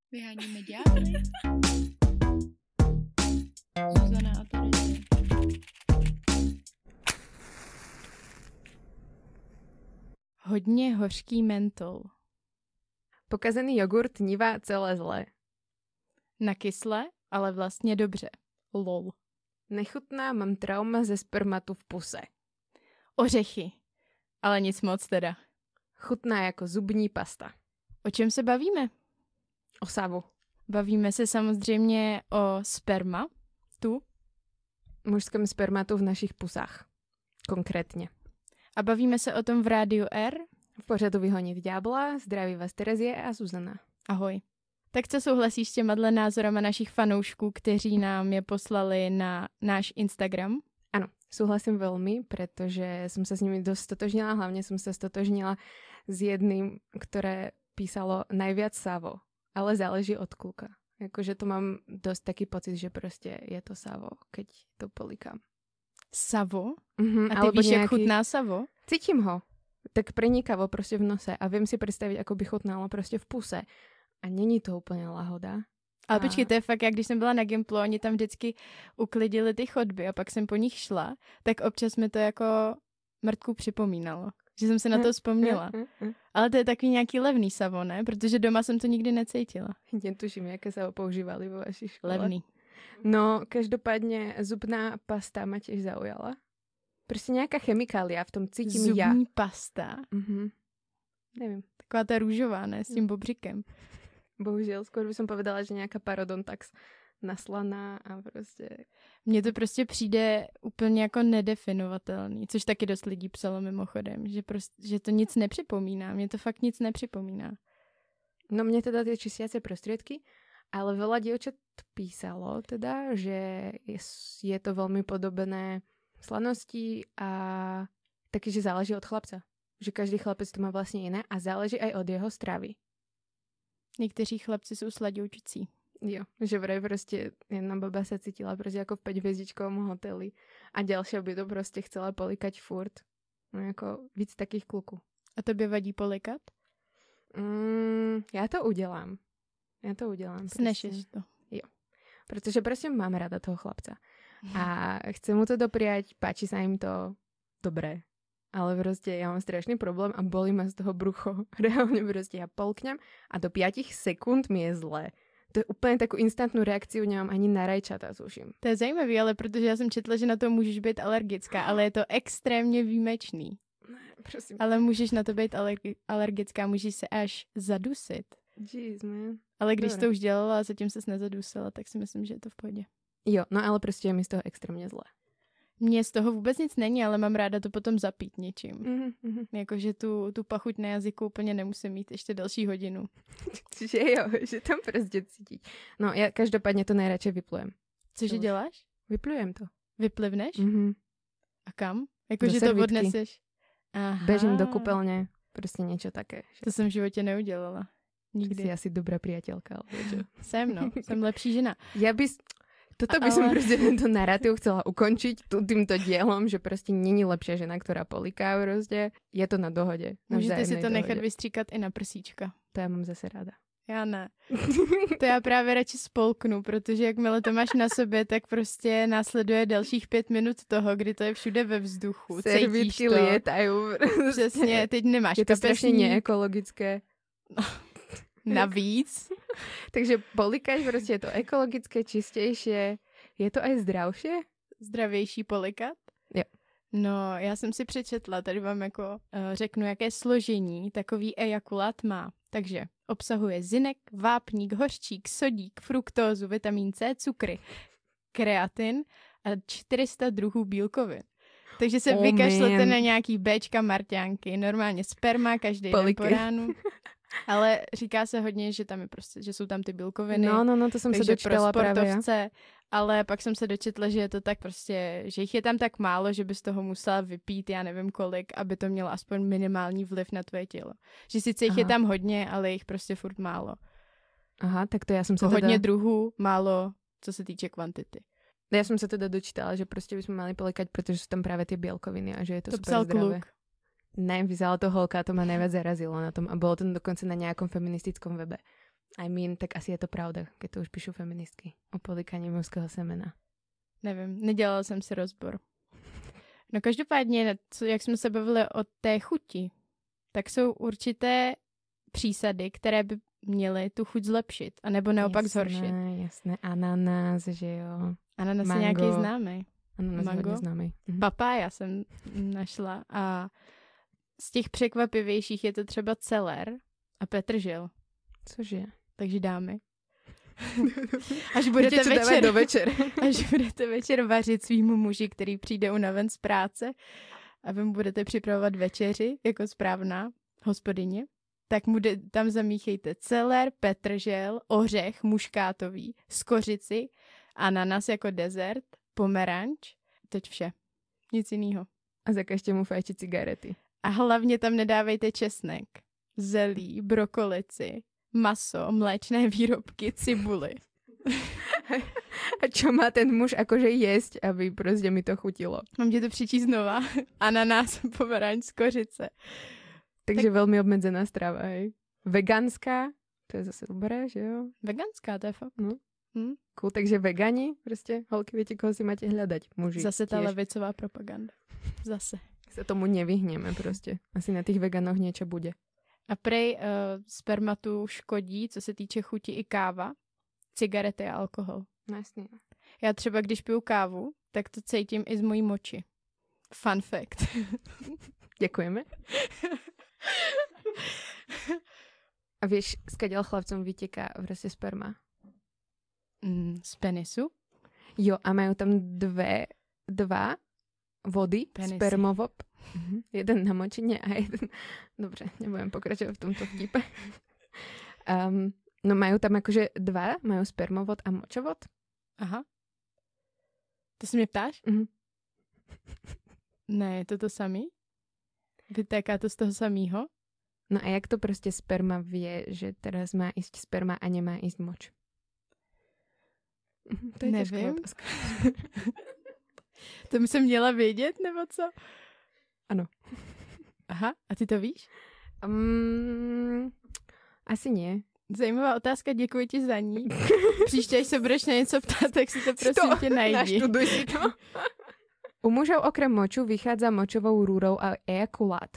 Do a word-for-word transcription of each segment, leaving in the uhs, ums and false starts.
Vyháníme ďábly. Zuzana a Terezie. Hodně hořký mentol. Pokazený jogurt nívá celé zlé. Na kysle, ale vlastně dobře. Lol. Nechutná, mám trauma ze spermatu v puse. Ořechy. Ale nic moc teda. Chutná jako zubní pasta. O čem se bavíme? O savu. Bavíme se samozřejmě o sperma. Tu. Mužském spermatu v našich pusách. Konkrétně. A bavíme se o tom v Rádiu R. V pořadu Vyhonit ďábla zdraví vás Terezie a Zuzana. Ahoj. Tak co souhlasíš s těma názorama našich fanoušků, kteří nám je poslali na náš Instagram? Áno, súhlasím veľmi, pretože som sa s nimi dosť stotožnila, hlavne som sa stotožnila s jedným, ktoré písalo najviac Savo, ale záleží od kluka. Jakože to mám dosť taký pocit, že proste je to Savo, keď to polikám. Savo? Mm-hmm, a ty víš, nejaký... jak chutná Savo? Cítim ho. Tak prenikavo proste v nose a viem si predstaviť, ako by chutnalo proste v puse. A není to úplně lahoda. Ale a... počkej, to je fakt, jak když jsem byla na Gimplu, oni tam vždycky uklidili ty chodby a pak jsem po nich šla, tak občas mi to jako mrtku připomínalo. Že jsem se na to vzpomněla. Ale to je takový nějaký levný Savo, ne? Protože doma jsem to nikdy necítila. Netuším, jaké Savo používali vo vaší škole. Levný. No, každopádně zubná pasta ma tiež zaujala. Prostě nějaká chemikália v tom cítím Zubní ja. Zubní pasta? Mhm. Nevím. Taková ta růžová, ne? S tím bobříkem. Bohužel, skôr by som povedala, že nějaká parodontax naslaná a prostě... Mně to prostě přijde úplně jako nedefinovatelný, což taky dost lidí psalo mimochodem, že, prostě, že to nic nepřipomíná. Mně to fakt nic nepřipomíná. No mně teda tie čistiace prostriedky, ale veľa dievčat písalo teda, že je, je to veľmi podobné slanosti a taky, že záleží od chlapca. Že každý chlapec to má vlastně jiné a záleží aj od jeho stravy. Někteří chlapci jsou sladoučcí. Jo, že vraj prostě jedna baba sa cítila prostě jako v päťhviezdičkovom hoteli a ďalšia by to prostě chcela polikať furt. No jako víc takých kluků. A tobě vadí polikat? Mm, já to udělám. Já to udělám. Snešeš prostě. to. Jo. Protože prostě mám rada toho chlapca. A chcem mu to dopriať, páči sa im to dobré. Ale prostě ja mám strašný problém a bolí ma z toho brucho. Reálne prostě ja polknem a do piatich sekúnd mi je zlé. To je úplně takovou instantnou reakciu nemám ani na rajčata, tuším. To je zajímavý, ale protože já jsem četla, že na to můžeš být alergická, ale je to extrémně výjimečný. Prosím. Ale můžeš na to být alergi- alergická, můžeš se až zadusit. Jeez, man. Ale když Dobre. to už dělala a zatím ses nezadusila, tak si myslím, že je to v pohodě. Jo, no ale prostě je mi z toho extrémně zlé. Mně z toho vůbec nic není, ale mám ráda to potom zapít něčím. Mm-hmm. Jakože tu, tu pachuť na jazyku úplně nemusím mít ještě další hodinu. Že jo, že tam prostě cítit. No, já každopádně to nejradši vyplujem. Cože to děláš? Vyplujem to. Vyplivneš? Mm-hmm. A kam? Jakože to odneseš? Aha. Bežím do kúpeľne, prostě něco také. To jsem v životě neudělala. Nikdy. Jsi asi dobrá priateľka. Ale jsem, no. Jsem lepší žena. Ja by... Toto by ale... som prostě tento narratív chcela ukončiť týmto dielom, že prostě není lepšia žena, ktorá poliká prostě. Je to na dohode. Na Můžete si to dohode. nechat vystříkat i na prsíčka. To já mám zase ráda. Já ne. To já právě radši spolknu, protože jakmile to máš na sobě, tak prostě následuje dalších pět minut toho, kdy to je všude ve vzduchu. Servítky to. lietají. Přesně, teď nemáš je to kapesník. strašně neekologické. Navíc. Takže polikať prostě je to ekologické, čistější. Je to aj zdravšie? Zdravější polikat? Jo. No, já jsem si přečetla, tady vám jako uh, řeknu, jaké složení takový ejakulát má. Takže obsahuje zinek, vápník, hořčík, sodík, fruktózu, vitamin C, cukry, kreatin a čtyři sta druhů bílkovin. Takže se oh, vykašlete man. na nějaký béčka, marťánky, normálně sperma každý den po ránu. Ale říká se hodně, že tam je prostě, že jsou tam ty bílkoviny. No, no, no, to jsem se dočetla pro sportovce, právě. Ale pak jsem se dočetla, že je to tak prostě, že jich je tam tak málo, že bys toho musela vypít, já nevím kolik, aby to mělo aspoň minimální vliv na tvoje tělo. Že sice jich Aha. je tam hodně, ale jich prostě furt málo. Aha, tak to já jsem se Hodně teda... druhů, málo, co se týče kvantity. Já jsem se teda dočítala, že prostě bychom mali polikať, protože jsou tam právě ty bílkoviny a že je to, to super psal zdravé. Kluk. Ne, vyzeralo to holka, to ma najviac zarazilo na tom a bolo to dokonca na nejakom feministickom webe. I mean, tak asi je to pravda, keď to už píšu feministky o polikání mužského semena. Nevím, nedělala jsem si rozbor. No každopádně, co, jak jsme se bavili o té chuti, tak jsou určité přísady, které by měly tu chuť zlepšit, anebo naopak jasné, zhoršit. Jasné, ananas, že jo. Ananas je nějaký známý. Ananas je hodně známý. Mhm. Papája jsem našla a z těch překvapivějších je to třeba celer a petržil. Cože? Takže dámy. Až budete večer, do večer. až budete večer vařit svýmu muži, který přijde unaven z práce a vy mu budete připravovat večeři jako správná hospodyně, tak mu de, tam zamíchejte celer, petržel, ořech muškátový, skořici, ananas jako dezert, pomeranč, teď vše. Nic jiného. A zakažte mu fajčit cigarety. A hlavně tam nedávejte česnek, zelí, brokolici, maso, mléčné výrobky, cibuli. A čo má ten muž akože jesť, aby prostě mi to chutilo? Mám ti to přečíst znova. Ananas, pomeranč, skořice. Takže tak... velmi obmedzená strava, hej. Veganská, to je zase dobré, že jo? Veganská, to je fakt. No. Hm? Cool, takže vegani, prostě, holky, viete, koho si máte hľadať? Muži. Zase ta tiež. levicová propaganda. Zase. Sa tomu nevyhneme prostě. Asi na těch veganoch niečo bude. A prej uh, spermatu škodí, co se týče chuti, i káva, cigarety a alkohol. No jasně. Já třeba, když piju kávu, tak to cítím i z mojí moči. Fun fact. Děkujeme. A vieš, skadiaľ chlapcom vyteká prostě sperma? Mm, z penisu? Jo, a majú tam dve, dva vody, Penisy. spermovop. Mhm. Jeden na močine a jeden... Dobře, nebudem pokračovať v tomto vtipe. Um, no majú tam akože dva, majú spermovod a močovod. Aha. To se mě ptáš? Mhm. Ne, je to to samý? Vytéká to z toho samýho? No a jak to prostě sperma vie, že teraz má ísť sperma a nemá ísť moč? To je Nevím. To by se měla vědět, nebo co? Ano. Aha, a ty to víš? Um, asi nie. Zajímavá otázka, děkuji ti za ní. Příště, až se budeš na něco ptát, tak si to prosím tě najdi. Naštuduj si to. U mužov okrem moču vychádza močovou rúrou a ejakulát.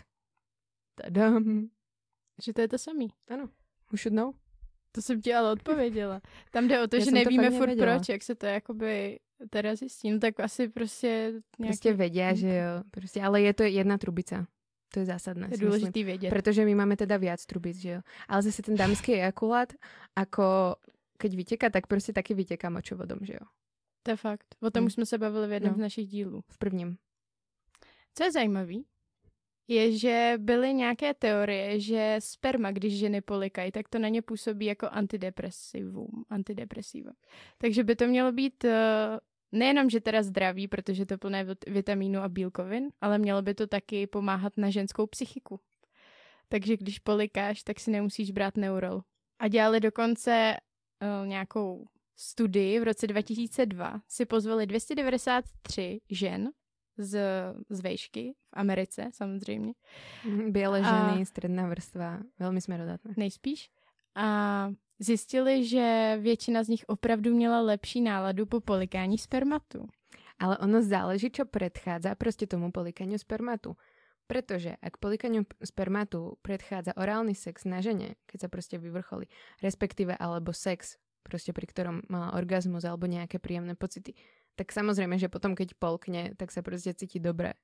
Tadam. Že to je to samý. Ano. You should know. To jsem ti ale odpověděla. Tam jde o to, Já že to nevíme furt nevěděla. proč, jak se to jakoby teda zjistí. No tak asi prostě nějaký... Prostě vedia, že jo. Prostě, ale je to jedna trubica. To je zásadné. Je důležitý vědět. Protože my máme teda viac trubic, že jo. Ale zase ten dámský ejakulát, ako keď vyteká, tak prostě taky vyteká močovodom, že jo. To je fakt. O tom Hmm. už jsme se bavili v jednom No. z našich dílů. V prvním. Co je zajímavý, je, že byly nějaké teorie, že sperma, když ženy polikají, tak to na ně působí jako antidepresivum, antidepresiva. Takže by to mělo být uh, nejenom, že teda zdraví, protože to plné vit- vitamínu a bílkovin, ale mělo by to taky pomáhat na ženskou psychiku. Takže když polikáš, tak si nemusíš brát Neurol. A dělali dokonce uh, nějakou studii v roce dva tisíce dva. Si pozvali dvě stě devadesát tři žen z, z vejšky v Americe, samozřejmě. Biele A- ženy, stredná vrstva, veľmi smerodatné. Nejspíš. A zjistili, že většina z nich opravdu měla lepší náladu po polikání spermatu. Ale ono záleží, čo predchádza proste tomu polikaniu spermatu. Pretože ak polikaniu spermatu predchádza orálny sex na žene, keď sa proste vyvrcholí, respektíve alebo sex, proste pri ktorom mala orgazmus alebo nejaké príjemné pocity, tak samozrejme, že potom keď polkne, tak sa proste cíti dobre.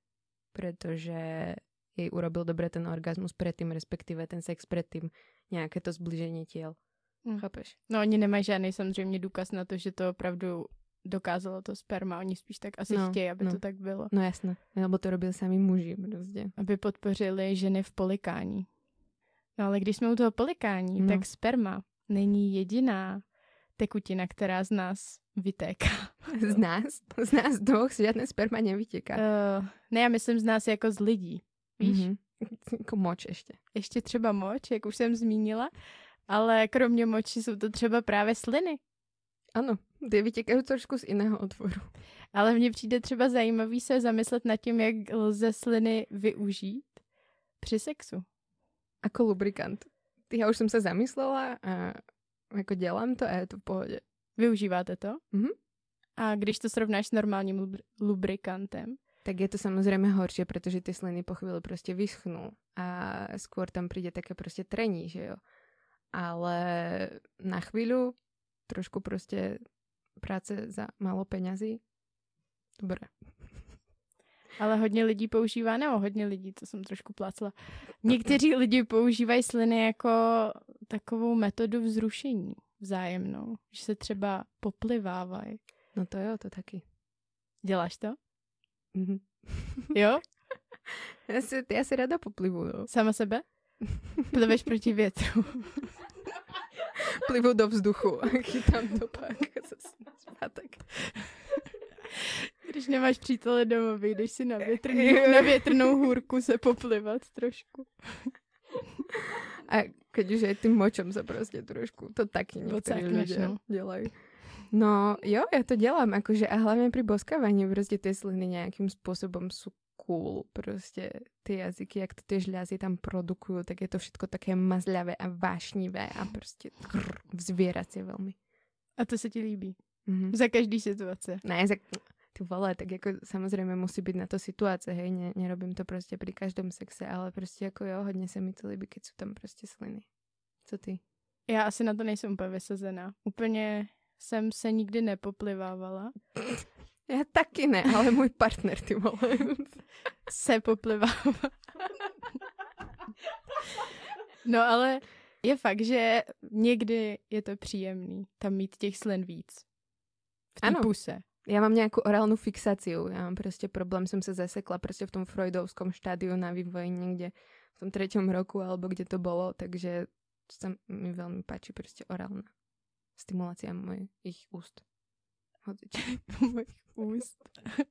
Pretože jej urobil dobre ten orgazmus predtým, respektíve ten sex predtým, nejaké to zbliženie tiel. Hmm. Chápeš? No oni nemají žádný samozřejmě důkaz na to, že to opravdu dokázalo to sperma. Oni spíš tak asi No, chtějí, aby no. to tak bylo. No jasné, lebo to robili sami muži prostě. Aby podpořili ženy v polikání. No ale když jsme u toho polikání, No. tak sperma není jediná tekutina, která z nás vytéká. Z nás? Z nás dvoch žiadne sperma nevyteká. Uh, ne, já myslím z nás jako z lidí. Víš? Mm-hmm. Jako moč ještě. Ještě třeba moč, jak už jsem zmínila, ale kromě moči jsou to třeba právě sliny. Ano, ty vytekají trošku z jiného otvoru. Ale mně přijde třeba zajímavý se zamyslet nad tím, jak lze sliny využít při sexu. Ako lubrikant. Já už jsem se zamyslela a jako dělám to a je to v pohodě. Využíváte to? Mhm. A když to srovnáš s normálním lubr- lubrikantem? Tak je to samozrejme horšie, pretože tie sliny po chvíli proste vyschnú a skôr tam príde také proste trení, že jo. Ale na chvíľu trošku proste práce za málo peňazí. Dobre. Ale hodně lidí používá, nebo hodně lidí, to jsem trošku plácla. Někteří lidi používají sliny jako takovou metodu vzrušení vzájemnou, že se třeba poplivávají. No to jo, to taky. Děláš to? Mhm. Jo? Ja si, ja si rada poplivu, no. Sama sebe? Pliveš proti větru. Plivu do vzduchu a chytám to pak zase zpátek. Když nemáš přítele doma, vyjdeš si na, větrný, na větrnou hůrku se poplivat trošku. A keď už aj tým močom sa proste trošku, to taky niektorí ľudia no. dělají. No jo, ja to dělám, akože a hlavne pri boskávaní proste tie sliny nejakým spôsobom sú cool, proste tie jazyky, jak to tie žľazy tam produkujú, tak je to všetko také mazľavé a vášnivé a proste krr, zvieracie veľmi. A to se ti líbí? Mm-hmm. Za každý situace? Ne, za... Ty vole, tak jako samozřejmě musí být na to situace, hej, ne, nerobím to prostě při každém sexe, ale prostě jako jo, hodně se mi to líbí, keď jsou tam prostě sliny. Co ty? Já asi na to nejsem úplně vysazená. Úplně jsem se nikdy nepoplivávala. Já taky ne, ale můj partner, ty vole. Se poplivává. No ale je fakt, že někdy je to příjemný tam mít těch slin víc. V té puse. Ja mám nejakú orálnu fixáciu. Ja mám proste problém, som sa zasekla proste v tom freudovskom štádiu na vývoji niekde v tom treťom roku, alebo kde to bolo, takže sa mi veľmi páči proste orálna stimulácia mojich úst. Mojich úst.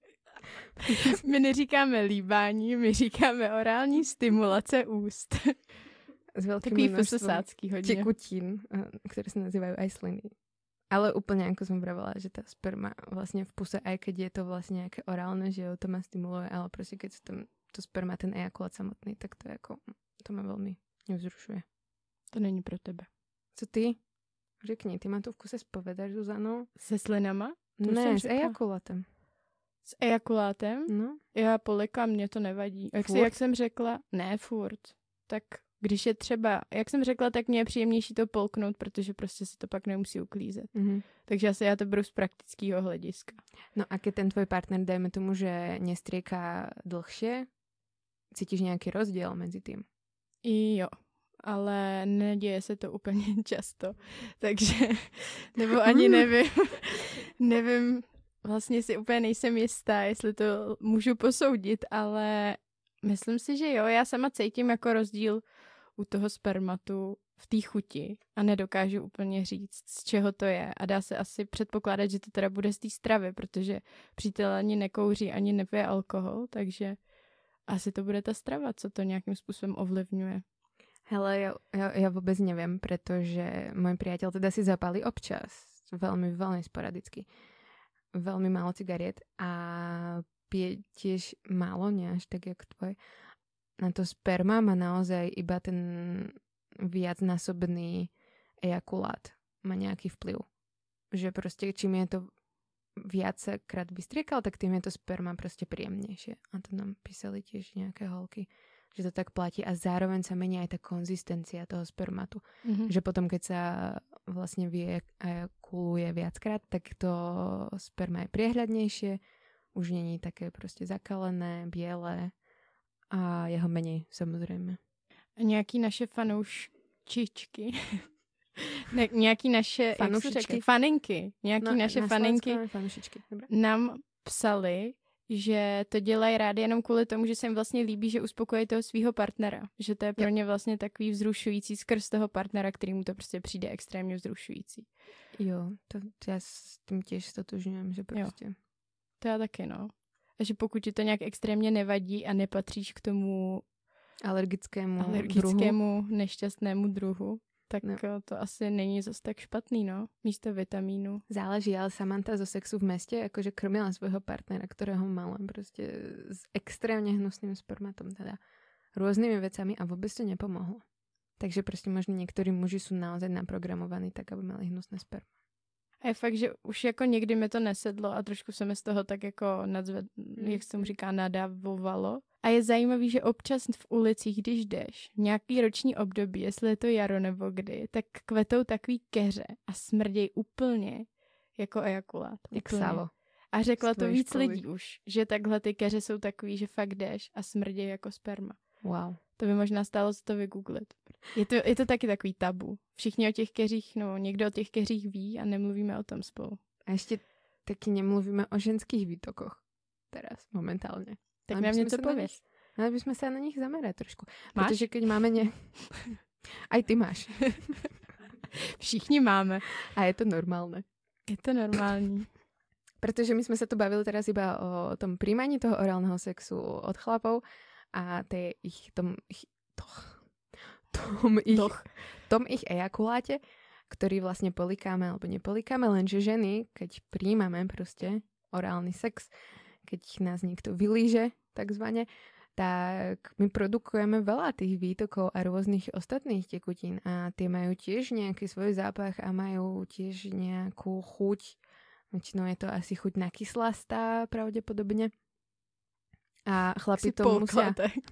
My neříkáme líbání, my říkáme orální stimulace úst. Takový fososácký hodně. Tekutín, ktoré sa nazývajú aj sliny. Ale úplne, ako som vravela, že tá sperma vlastne v puse, aj keď je to vlastne nejaké orálne, že jo, to ma stimuluje, ale proste keď sú tam to sperma, ten ejakulát samotný, tak to je ako, to ma veľmi nevzrušuje. To není pro tebe. Co ty? Řekni, ty ma tu v kuse spovedáš, Zuzano? Se slinama? To ne, s ejakulátem. S ejakulátem? No. Já polikám, mě to nevadí. Jak, si, jak jsem řekla, ne furt. Tak když je třeba, jak jsem řekla, tak mě je příjemnější to polknout, protože prostě se to pak nemusí uklízet. Mm-hmm. Takže asi já to beru z praktického hlediska. No a keď ten tvoj partner, dajme tomu, že nestrieká dlhšie, cítíš nějaký rozdíl mezi tím? I jo, ale neděje se to úplně často. Takže, nebo ani nevím, nevím, vlastně si úplně nejsem jistá, jestli to můžu posoudit, ale myslím si, že jo, já sama cítím jako rozdíl u toho spermatu v té chuti a nedokážu úplně říct, z čeho to je. A dá se asi předpokládat, že to teda bude z té stravy, protože přítel ani nekouří, ani nepije alkohol, takže asi to bude ta strava, co to nějakým způsobem ovlivňuje. Hele, ja, ja, ja vôbec neviem, pretože môj priateľ teda si zapálí občas, veľmi, veľmi sporadicky, veľmi málo cigariet a pije tiež málo, nie až tak, jak tvoj. Na to sperma má naozaj iba ten viacnásobný ejakulát. Má nejaký vplyv. Že proste, čím je to viackrát vystriekal, tak tým je to sperma proste príjemnejšie. A to nám písali tiež nejaké holky, že to tak platí. A zároveň sa mení aj tá konzistencia toho spermatu. Mm-hmm. Že potom, keď sa vlastne vyejakuluje viackrát, tak to sperma je priehľadnejšie, už není také prostě zakalené, biele a jeho menej, samozřejmě. A nějaký naše fanouščičky, ne, nějaký naše fanouščičky, faninky, nějaký no, naše na faninky nám psali, že to dělají rádi jenom kvůli tomu, že se jim vlastně líbí, že uspokojí toho svého partnera. Že to je pro ně vlastně takový vzrušující skrz toho partnera, kterýmu to prostě přijde extrémně vzrušující. Jo, to, to já s tím těž stotožňujem, že prostě... Jo. To já taky, no. A že pokud ti to nějak extrémně nevadí a nepatříš k tomu alergickému, alergickému druhu. nešťastnému druhu, tak no. to asi není zase tak špatný, no. Místo vitamínu. Záleží, ale Samantha zo Sexu v meste akože krmila svojho partnera, ktorého mala prostě s extrémne hnusným spermatom, teda rôznymi vecami a vôbec to nepomohlo. Takže prostě možno některý muži jsou naozaj naprogramovaní tak, aby měli hnusné sperma. A je fakt, že už jako někdy mi to nesedlo a trošku se mi z toho tak jako nadzved, mm. jak se tomu říká, nadávovalo. A je zajímavý, že občas v ulicích, když jdeš, nějaký roční období, jestli je to jaro nebo kdy, tak kvetou takový keře a smrděj úplně jako ejakulát. Jak savo. A řekla to víc školy. lidí už, že takhle ty keře jsou takový, že fakt jdeš a smrděj jako sperma. Wow. To by možná stálo se to vygooglit. Je to, je to taky takový tabu. Všichni o těch keřích, no někdo o těch keřích ví a nemluvíme o tom spolu. A ještě taky nemluvíme o ženských výtokoch. Teraz, momentálně. Tak ale nám něco pověz. Ale bychom se na nich zamerali trošku. Máš? Protože keď máme ně... Aj ty máš. Všichni máme. A je to normálne. Je to normální. Protože my jsme se tu bavili teraz iba o tom príjmaní toho orálneho sexu od chlapov a tej ich, tom ich, toch, tom ich, toch. tom ich ejakuláte, ktorý vlastne polikáme alebo nepolikáme, lenže ženy, keď príjmame proste orálny sex, keď nás niekto vylíže, takzvané, tak my produkujeme veľa tých výtokov a rôznych ostatných tekutín a tie majú tiež nejaký svoj zápach a majú tiež nejakú chuť. Väčšinou je to asi chuť nakyslastá pravdepodobne. A chlapi to musia...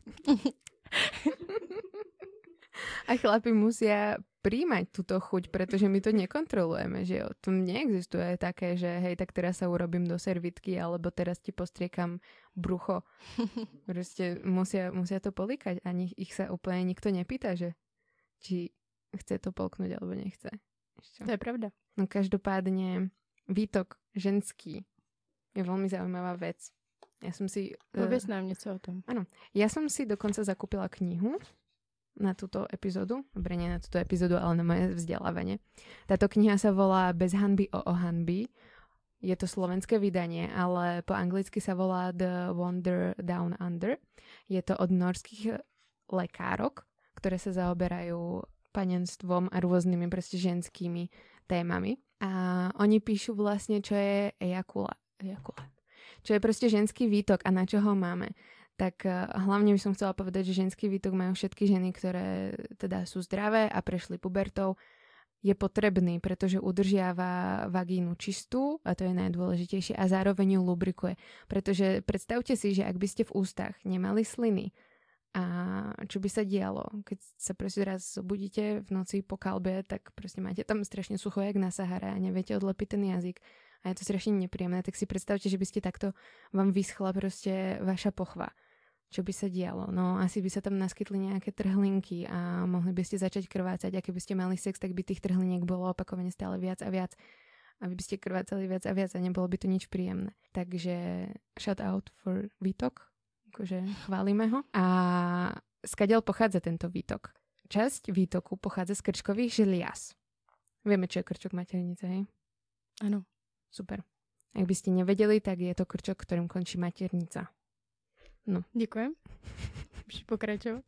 A chlapi musia príjmať túto chuť, pretože my to nekontrolujeme, že o tom neexistuje také, že hej, tak teraz sa urobím do servitky, alebo teraz ti postriekam brucho. Proste musia, musia to polikať a nich, ich sa úplne nikto nepýta, že či chce to polknúť, alebo nechce. Ešte. To je pravda. No každopádne výtok ženský je veľmi zaujímavá vec. Ja som si... Pověz nám něco o tom. Áno. Ja som si dokonca zakúpila knihu na túto epizódu, dobre, nie na túto epizódu, ale na moje vzdelávanie. Táto kniha sa volá Bez hanby o ohanby. Je to slovenské vydanie, ale po anglicky sa volá The Wonder Down Under. Je to od norských lekárok, ktoré sa zaoberajú panenstvom a rôznymi proste ženskými témami. A oni píšu vlastne, čo je ejakulát. Ejakulát. Čo je proste ženský výtok a na čo ho máme. Tak hlavne by som chcela povedať, že ženský výtok majú všetky ženy, ktoré teda sú zdravé a prešli pubertou. Je potrebný, pretože udržiava vagínu čistú a to je najdôležitejšie a zároveň ju lubrikuje. Pretože predstavte si, že ak by ste v ústach nemali sliny a čo by sa dialo, keď sa proste raz zobudíte v noci po kalbe, tak proste máte tam strašne sucho jak na Sahare a neviete odlepiť ten jazyk a je to strašne nepríjemné, tak si predstavte, že by ste takto vám vyschla proste vaša pochva. Čo by sa dialo? No asi by sa tam naskytli nejaké trhlinky a mohli by ste začať krvácať a keby ste mali sex, tak by tých trhliniek bolo opakovane stále viac a viac a vy by ste krvácali viac a viac a nebolo by to nič príjemné. Takže shout out for výtok, akože chválime ho. A skadiaľ pochádza tento výtok? Časť výtoku pochádza z krčkových žiliaz. Vieme, čo je krčok maternice, hej? Áno. Super. Ak by ste nevedeli, tak je to krčok, ktorým končí maternica. No. Děkujem. Můžeš pokračovat.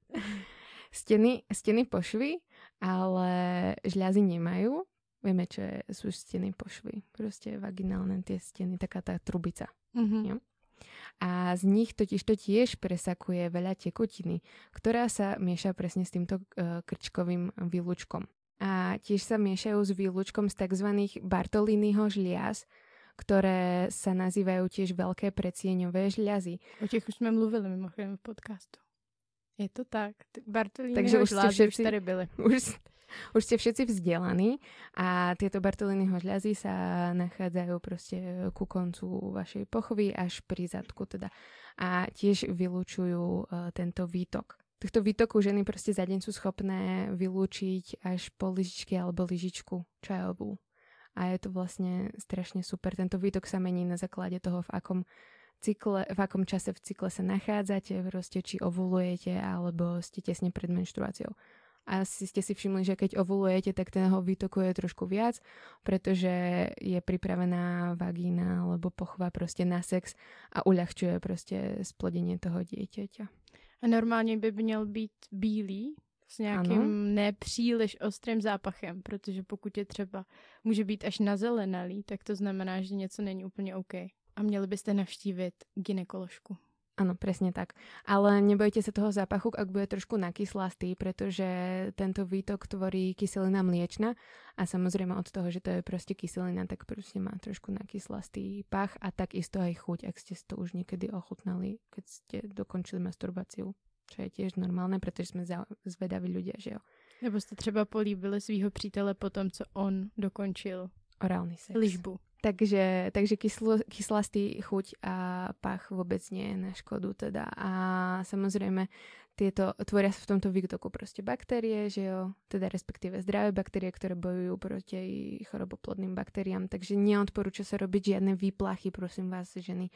Steny, steny pošvy, ale žľazy nemajú. Vieme, čo je, sú steny pošvy. Proste vaginálne tie steny, taká tá trubica. Mm-hmm. A z nich totiž to tiež presakuje veľa tekutiny, ktorá sa mieša presne s týmto uh, krčkovým výlučkom. A tiež sa miešajú s výlučkom z tzv. Bartolínyho žliaz, ktoré sa nazývajú tiež veľké predsieňové žľazy. O těch už jsme mluvili mimochodem v podcastu. Je to tak. Takže už ste všetci, už tady byli. Už, už ste všetci vzdelaní a tieto Bartolínyho žľazy sa nachádzajú proste ku koncu vašej pochvy až pri zadku teda. A tiež vylúčujú uh, tento výtok. Týchto výtokov ženy proste za deň sú schopné vylúčiť až po lyžičky alebo lyžičku čajovú. A je to vlastne strašne super. Tento výtok sa mení na základe toho, v akom cykle, v akom čase v cykle sa nachádzate, proste či ovulujete, alebo ste tesne pred menštruáciou. A asi ste si všimli, že keď ovulujete, tak ten výtoku je trošku viac, pretože je pripravená vagína alebo pochva proste na sex a uľahčuje proste splodenie toho dieťaťa. A normálně by měl být bílý, s nějakým ano. nepříliš ostrým zápachem, protože pokud je třeba, může být až nazelenalý, tak to znamená, že něco není úplně OK. A měli byste navštívit gynekoložku. Áno, presne tak. Ale nebojte sa toho zápachu, ak bude trošku nakyslastý, pretože tento výtok tvorí kyselina mliečna a samozrejme od toho, že to je proste kyselina, tak proste má trošku nakyslastý pach a takisto aj chuť, ak ste to už niekedy ochutnali, keď ste dokončili masturbáciu, čo je tiež normálne, pretože sme zvedaví ľudia, že jo. Nebo jste třeba políbili svýho přítele po tom, co on dokončil orálny sex. Ližbu. Takže, takže kyslo, kyslastý chuť a pach vôbec nie je na škodu teda. A samozrejme tieto, tvoria sa v tomto výtoku proste baktérie, že jo, teda respektíve zdravé baktérie, ktoré bojujú proti choroboplodným baktériám. Takže neodporúča sa robiť žiadne výplachy, prosím vás, ženy,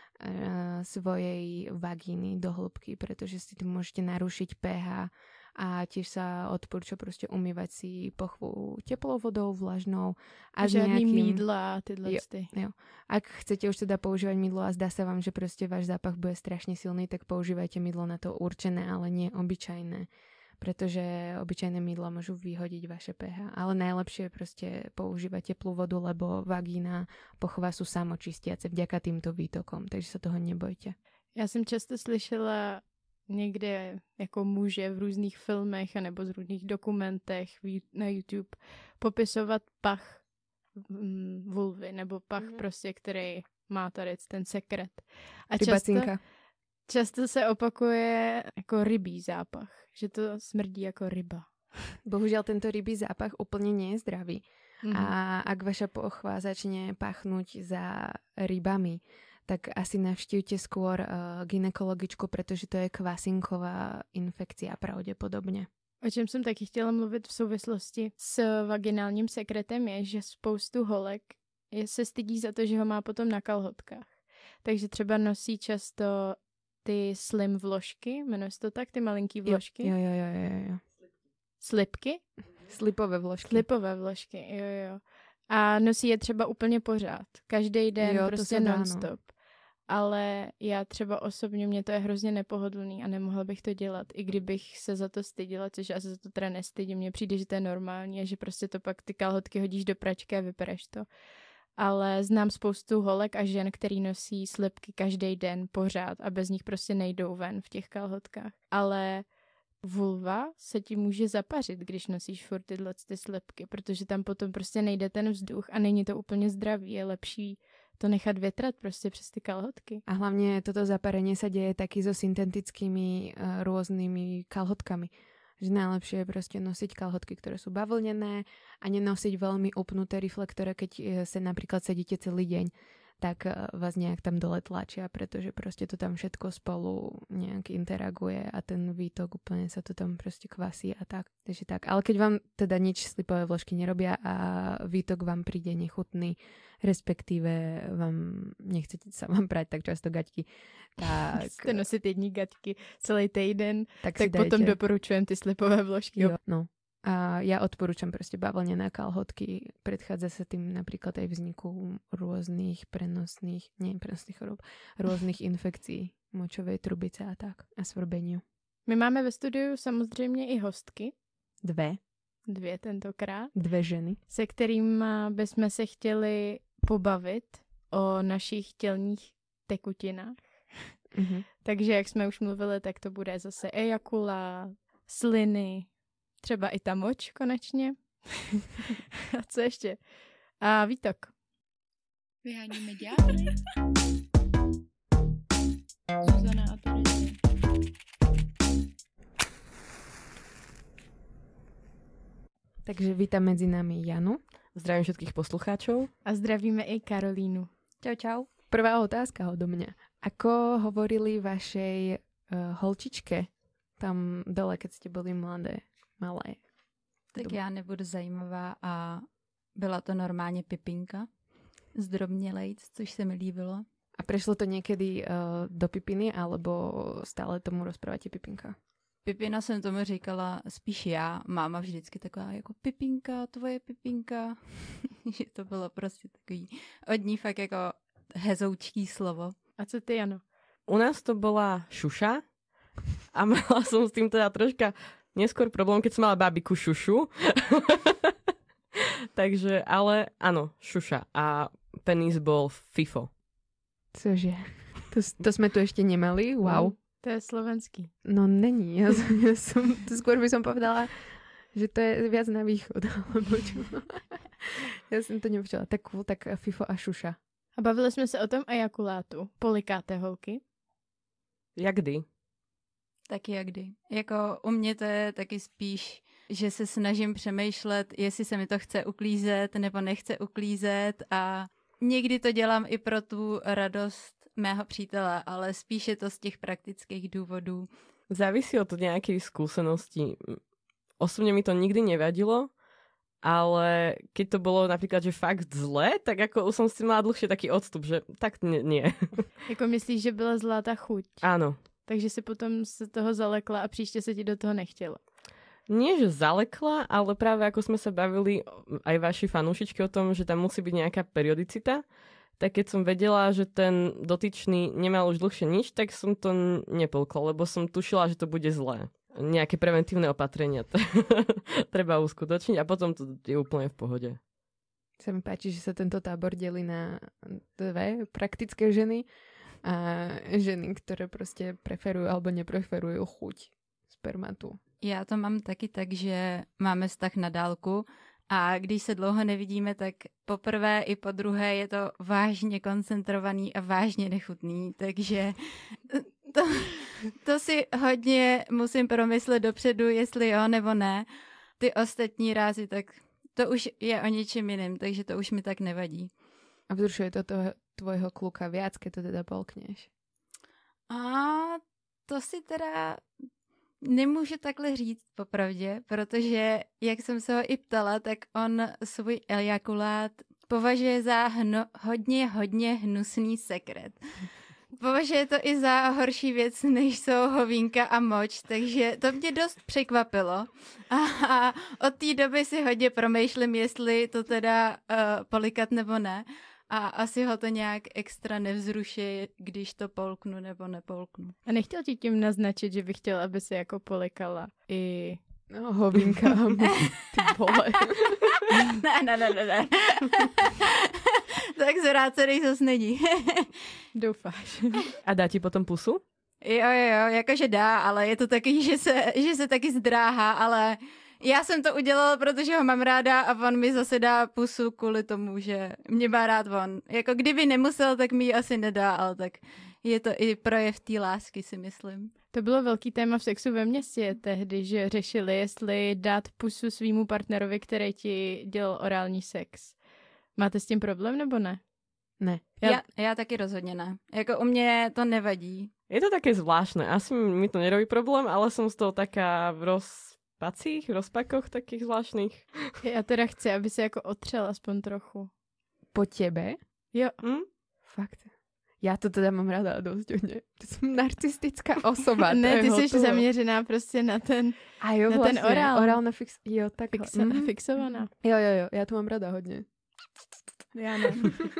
svojej vagíny do hĺbky, pretože si tým môžete narušiť pH a tiež sa odporúča proste umývať si pochvu teplou vodou, vlažnou a žiadny nejakým... mýdla a tyhle jo, ty. Jo. Ak chcete už teda používať mydlo a zdá sa vám, že proste váš zápach bude strašne silný, tak používajte mydlo na to určené, ale nie obyčajné, pretože obyčajné mydla môžu vyhodiť vaše pH, ale najlepšie je proste používať teplú vodu, lebo vagína, pochva sú samočistiace vďaka týmto výtokom, takže sa toho nebojte. Já jsem často slyšela někde jako muže v různých filmech anebo z různých dokumentech na YouTube popisovat pach mm, vulvy nebo pach mm-hmm. prostě, který má tady ten sekret. A často, často se opakuje jako rybí zápach, že to smrdí jako ryba. Bohužiaľ tento rybí zápach úplne nie je zdravý. Mm-hmm. A ak vaša pochva začne pachnúť za rybami, tak asi navštívte skôr uh, gynekologičku, pretože to je kvasinková infekcia pravdepodobne. O čem jsem taky chtěla mluvit v souvislosti s vaginálním sekretem je, že spoustu holek je, se stydí za to, že ho má potom na kalhotkách. Takže třeba nosí často ty slim vložky, jmenuje se to tak, ty malinký vložky? Jo, jo, jo, jo, jo. Slipky? Slipové vložky. Slipové vložky, jo, jo. A nosí je třeba úplně pořád. Každý den jo, prostě non-stop. Ale já třeba osobně, mě to je hrozně nepohodlný a nemohla bych to dělat, i kdybych se za to stydila, což já se za to teda nestydím. Mně přijde, že to je normální a že prostě to pak ty kalhotky hodíš do pračky a vypereš to. Ale znám spoustu holek a žen, který nosí slipky každý den pořád a bez nich prostě nejdou ven v těch kalhotkách. Ale vulva se ti může zapařit, když nosíš furt tyhle ty slipky, protože tam potom prostě nejde ten vzduch a není to úplně zdravý. Je lepší to nechat větrat prostě přes ty kalhotky. A hlavne toto zaparenie sa deje taky so syntetickými uh, rôznymi kalhotkami. Že najlepšie je proste nosiť kalhotky, ktoré sú bavlnené a nenosiť veľmi upnuté rifle, ktoré keď sa napríklad sedíte celý deň, tak vás nejak tam dole tlačia, pretože proste to tam všetko spolu nejak interaguje a ten výtok úplne sa to tam proste kvasí a tak. Takže tak. Ale keď vám teda nič slipové vložky nerobia a výtok vám príde nechutný, respektíve vám nechcete sa vám prať tak často gaťky, tak... Chcete nosit jední gaťky celý týden, tak, tak dajte. Potom doporučujem ty slipové vložky. Jo, no. A ja odporúčam proste bavlnené kalhotky. Predchádza sa tým napríklad aj vzniku rôznych prenosných, nie prenosných chorób, rôznych infekcií močovej trubice a tak. A svrbeniu. My máme ve studiu samozřejmě i hostky. Dve. Dvě tentokrát. Dve ženy. Se kterým bychom se chtěli pobavit o našich tělních tekutinách. Mm-hmm. Takže jak jsme už mluvili, tak to bude zase ejakula, sliny, třeba i ta moč konečně. A co ještě? A výtok. Vyháníme ďábly. Zuzana a Terezie. Takže vítam medzi nami Janu. Zdravím všetkých poslucháčov. A zdravíme i Karolínu. Čau, čau. Prvá otázka odo mňa. Ako hovorili vašej uh, holčičke tam dole, keď ste boli mladé? Malé. Tak já nebudu zajímavá a byla to normálně pipinka. Zdrobnělejc, což se mi líbilo. A prešlo to někdy uh, do pipiny, alebo stále tomu rozprávate pipinka? Pipina jsem tomu říkala spíš já. Máma vždycky taková jako pipinka, tvoje pipinka. Že to bylo prostě takový od ní fakt jako hezoučký slovo. A co ty, Jano? U nás to bola šuša a mala som s tým teda troška neskôr problém, keď som mala babiku šušu. Takže, ale áno, šuša. A penis bol fifo. Cože? To, to sme tu ešte nemali, wow. No, to je slovenský. No není, ja, ja som, to skôr by som povedala, že to je viac na východ, alebo čo. Ja som to nepočula. Tak cool, tak Fifo a Šuša. A bavili jsme se o tom ejakulátu. Polikáte holky? Jakdy? Taky jakdy. Jako u mě to je taky spíš, že se snažím přemýšlet, jestli se mi to chce uklízet nebo nechce uklízet a někdy to dělám i pro tu radost mého přítele, ale spíš je to z těch praktických důvodů. Závisí od nejakej skúsenosti. Osobne mi to nikdy nevadilo, ale keď to bolo napríklad, že fakt zle, tak ako som si mala dlhšie taký odstup, že tak nie. nie. Jako myslíš, že byla zlá ta chuť? Áno. Takže si potom z toho zalekla a příště se ti do toho nechtělo. Nie, že zalekla, ale práve ako sme sa bavili aj vaši fanúšičky o tom, že tam musí byť nejaká periodicita, tak keď som vedela, že ten dotyčný nemal už dlhšie nič, tak som to nepolkla, lebo som tušila, že to bude zlé. Nejaké preventívne opatrenia treba uskutočniť a potom to je úplne v pohode. Sa mi páči, že sa tento tábor delí na dve praktické ženy a ženy, ktoré proste preferujú alebo nepreferujú chuť spermatu. Já to mám taky tak, že máme vztah na dálku a když se dlouho nevidíme, tak poprvé i po druhé je to vážně koncentrovaný a vážně nechutný, takže to, to si hodně musím promyslet dopředu, jestli jo nebo ne. Ty ostatní rázy, tak to už je o něčem jiném, takže to už mi tak nevadí. A vzrušuje to toho tvojho kluka viac, keď to teda polkneš? A to si teda nemůžu takhle říct popravdě, protože jak jsem se ho i ptala, tak on svůj ejakulát považuje za hno, hodně, hodně hnusný sekret. Považuje to i za horší věc, než jsou hovínka a moč, takže to mě dost překvapilo. A, a od té doby si hodně promýšlím, jestli to teda uh, polikat nebo ne. A asi ho to nějak extra nevzruší, když to polknu nebo nepolknu. A nechtěl ti tím naznačit, že bych chtěl, aby se jako polikala i... No, hovínka. Ty vole. ne, ne, ne, ne, ne. Tak zvrácený zas není. Doufáš. A dá ti potom pusu? Jo, jo, jo, jakože dá, ale je to taky, že se, že se taky zdráhá, ale já jsem to udělala, protože ho mám ráda a on mi zase dá pusu kvůli tomu, že mě má rád on. Jako kdyby nemusel, tak mi ji asi nedá, ale tak je to i projev té lásky, si myslím. To bylo velký téma v Sexu ve městě tehdy, že řešili, jestli dát pusu svýmu partnerovi, který ti dělal orální sex. Máte s tím problém nebo ne? Ne. Já, já, já taky rozhodně ne. Jako u mě to nevadí. Je to také zvláštne. Asi mi to nerobí problém, ale som z toho taká v rozpacích, v rozpakoch takých zvláštnych. Já teda chci, aby se jako otřel aspoň trochu. Po tebe? Jo. Hm? Fakt. Já to teda mám ráda dosť hodně. To jsem narcistická osoba. Ne, ty jsi toho. zaměřená prostě na ten, A jo, na vlastně. ten orál. Orál na fix... Jo, tak. Fixa, Mm-hmm. fixovaná. Jo, jo, jo. Já to mám ráda hodně. Já ne.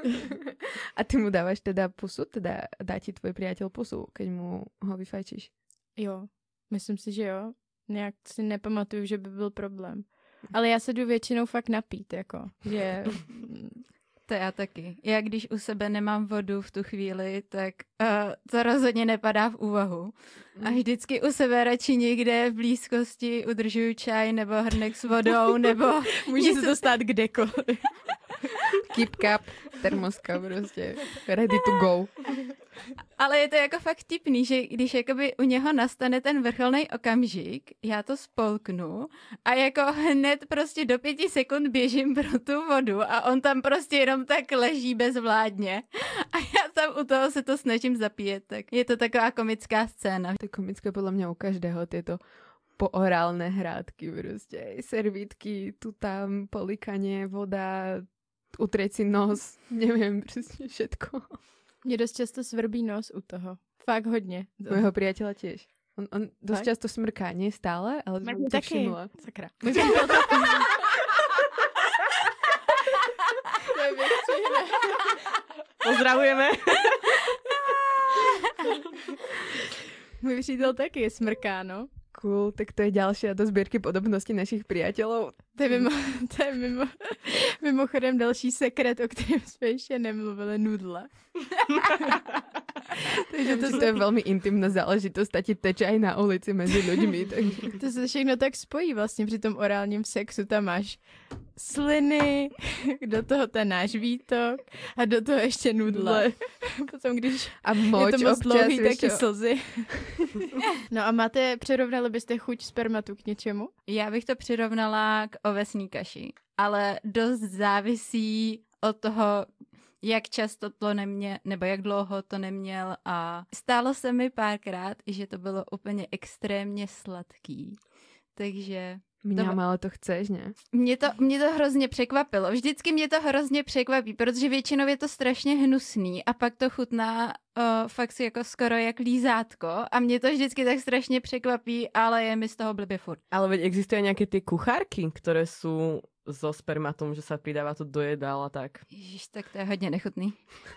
A ty mu dávaš teda pusu? Teda dá ti tvoj priateľ pusu, keď mu ho vyfajčíš? Jo, myslím si, že jo. Nějak si nepamatuju, že by byl problém. Ale já se jdu většinou fakt napít, jako. Že... To já taky. Já když u sebe nemám vodu v tu chvíli, tak uh, to rozhodně nepadá v úvahu. A vždycky u sebe radši někde v blízkosti udržuju čaj nebo hrnek s vodou, nebo... Může se to stát kdekoliv. Keep cup, termoska prostě. Ready to go. Ale je to jako fakt tipný, že když jakoby u něho nastane ten vrcholný okamžik, já to spolknu a jako hned prostě do pěti sekund běžím pro tu vodu a on tam prostě jenom tak leží bezvládně a já tam u toho se to snažím zapíjet, tak je to taková komická scéna. To je komické podľa mňa u každého, tieto poorálne hrádky prostě. Servítky, tu tam, polikanie, voda, utrieť si nos, neviem, presne všetko. Mě dost často svrbí nos u toho. Fakt hodně. Mojho priateľa tiež. On, on dosť Tak? často smrká, nie stále, ale Mně som to taky. všimla. Sakra. Pozdravujeme. Můj přítel taky je smrkáno. Cool, tak to je ďalšia do zbierky podobností našich priateľov. To je, mimo, to je mimo, mimochodem další sekret, o kterém jsme ještě nemluvili, nudle. Takže to, to je velmi intimná záležitost a ti teče aj na ulici mezi lidmi. Takže... To se všechno tak spojí vlastně při tom orálním sexu. Tam máš sliny, do toho ten náš výtok a do toho ještě nudle. Potom, když a moč je to moc dlouhý, taky čo? slzy. No a máte, přirovnali byste chuť spermatu k něčemu? Já bych to přirovnala k ovesní kaši, ale dost závisí od toho, jak často to neměl, nebo jak dlouho to neměl a stálo se mi párkrát, že to bylo úplně extrémně sladký. Takže... Mňam, ale to chceš, ne? Mě to, mě to hrozně překvapilo. Vždycky mě to hrozně překvapí, protože většinou je to strašně hnusný a pak to chutná uh, fakt si jako skoro jak lízátko a mě to vždycky tak strašně překvapí, ale je mi z toho blbě furt. Ale veď existujú nejaké tie kuchárky, ktoré sú so spermatom, že sa pridáva to do jedál a tak. Ježiš, tak to je hodně nechutný.